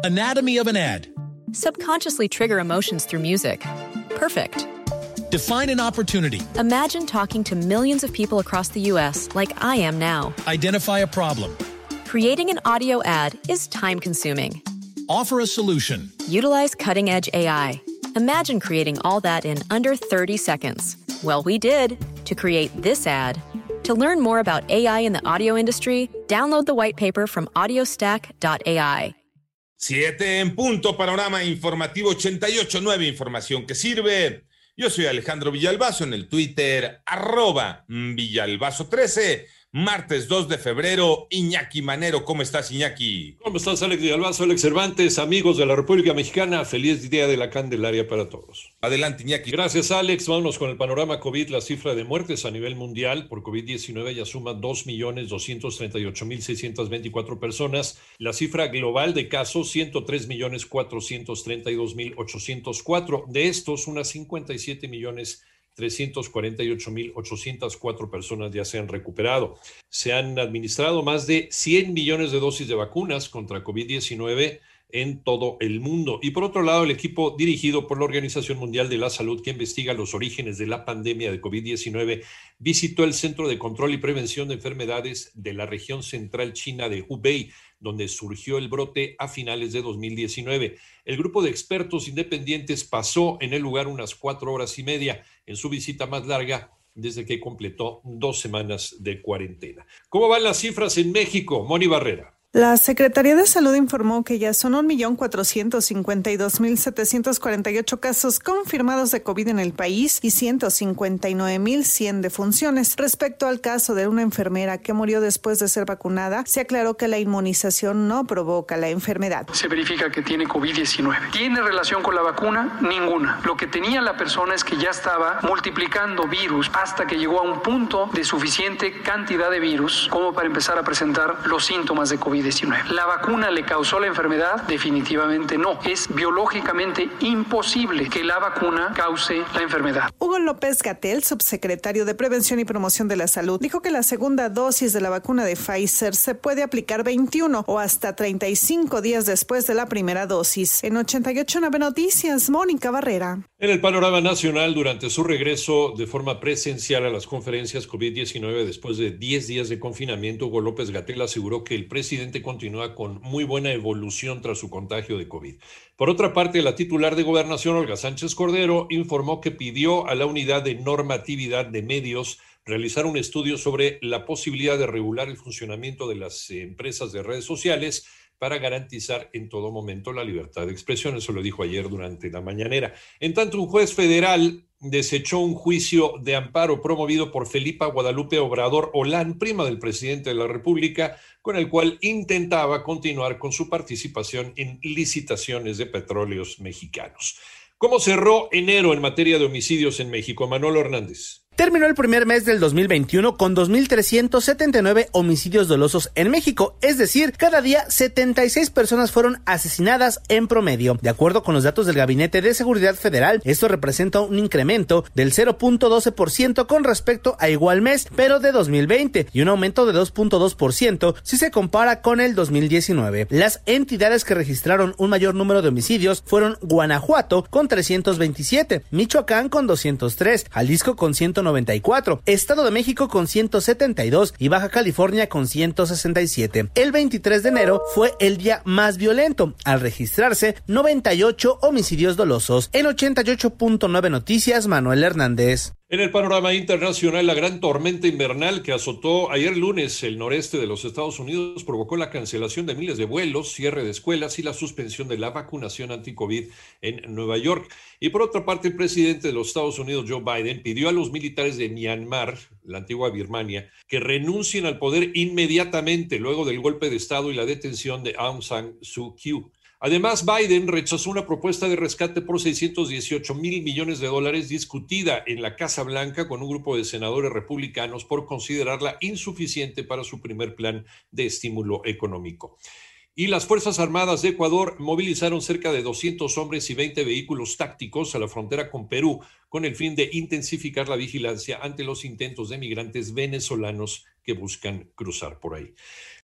Anatomy of an ad. Subconsciously trigger emotions through music. Perfect. Define an opportunity. Imagine talking to millions of people across the U.S. like I am now. Identify a problem. Creating an audio ad is time-consuming. Offer a solution. Utilize cutting-edge AI. Imagine creating all that in under 30 seconds. Well, we did to create this ad. To learn more about AI in the audio industry, download the white paper from audiostack.ai. 7 en punto, panorama informativo 88.9, información que sirve. Yo soy Alejandro Villalbazo en el Twitter, @Villalbazo13, martes 2 de febrero, Iñaki Manero. ¿Cómo estás, Iñaki? ¿Cómo estás, Alex Villalbazo, Alex Cervantes, amigos de la República Mexicana? Feliz Día de la Candelaria para todos. Adelante, Iñaki. Gracias, Alex. Vámonos con el panorama COVID. La cifra de muertes a nivel mundial por COVID-19 ya suma 2.238.624 personas. La cifra global de casos, 103.432.804. De estos, unas 57.348.804 personas ya se han recuperado. Se han administrado más de 100 millones de dosis de vacunas contra COVID-19 en todo el mundo. Y por otro lado, el equipo dirigido por la Organización Mundial de la Salud, que investiga los orígenes de la pandemia de COVID-19, visitó el Centro de Control y Prevención de Enfermedades de la región central china de Hubei, donde surgió el brote a finales de 2019. El grupo de expertos independientes pasó en el lugar unas 4 horas y media en su visita más larga desde que completó 2 semanas de cuarentena. ¿Cómo van las cifras en México? Moni Barrera. La Secretaría de Salud informó que ya son 1.452.748 casos confirmados de COVID en el país y 159.100 defunciones. Respecto al caso de una enfermera que murió después de ser vacunada, se aclaró que la inmunización no provoca la enfermedad. Se verifica que tiene COVID-19. ¿Tiene relación con la vacuna? Ninguna. Lo que tenía la persona es que ya estaba multiplicando virus hasta que llegó a un punto de suficiente cantidad de virus como para empezar a presentar los síntomas de COVID-19. ¿La vacuna le causó la enfermedad? Definitivamente no. Es biológicamente imposible que la vacuna cause la enfermedad. Hugo López-Gatell, subsecretario de Prevención y Promoción de la Salud, dijo que la segunda dosis de la vacuna de Pfizer se puede aplicar 21 o hasta 35 días después de la primera dosis. En 88.9 Noticias, Mónica Barrera. En el panorama nacional, durante su regreso de forma presencial a las conferencias COVID-19 después de 10 días de confinamiento, Hugo López-Gatell aseguró que el presidente continúa con muy buena evolución tras su contagio de COVID. Por otra parte, la titular de Gobernación, Olga Sánchez Cordero, informó que pidió a la Unidad de Normatividad de Medios realizar un estudio sobre la posibilidad de regular el funcionamiento de las empresas de redes sociales para garantizar en todo momento la libertad de expresión. Eso lo dijo ayer durante la mañanera. En tanto, un juez federal desechó un juicio de amparo promovido por Felipa Guadalupe Obrador Olán, prima del presidente de la República, con el cual intentaba continuar con su participación en licitaciones de petróleos mexicanos. ¿Cómo cerró enero en materia de homicidios en México? Manolo Hernández. Terminó el primer mes del 2021 con 2.379 homicidios dolosos en México, es decir, cada día 76 personas fueron asesinadas en promedio. De acuerdo con los datos del Gabinete de Seguridad Federal, esto representa un incremento del 0.12% con respecto a igual mes, pero de 2020, y un aumento de 2.2% si se compara con el 2019. Las entidades que registraron un mayor número de homicidios fueron Guanajuato con 327, Michoacán con 203, Jalisco con 194, Estado de México con 172 y Baja California con 167. El 23 de enero fue el día más violento, al registrarse 98 homicidios dolosos. En 88.9 Noticias, Manuel Hernández. En el panorama internacional, la gran tormenta invernal que azotó ayer lunes el noreste de los Estados Unidos provocó la cancelación de miles de vuelos, cierre de escuelas y la suspensión de la vacunación anti-COVID en Nueva York. Y por otra parte, el presidente de los Estados Unidos, Joe Biden, pidió a los militares de Myanmar, la antigua Birmania, que renuncien al poder inmediatamente luego del golpe de Estado y la detención de Aung San Suu Kyi. Además, Biden rechazó una propuesta de rescate por $618 mil millones discutida en la Casa Blanca con un grupo de senadores republicanos por considerarla insuficiente para su primer plan de estímulo económico. Y las Fuerzas Armadas de Ecuador movilizaron cerca de 200 hombres y 20 vehículos tácticos a la frontera con Perú con el fin de intensificar la vigilancia ante los intentos de migrantes venezolanos que buscan cruzar por ahí.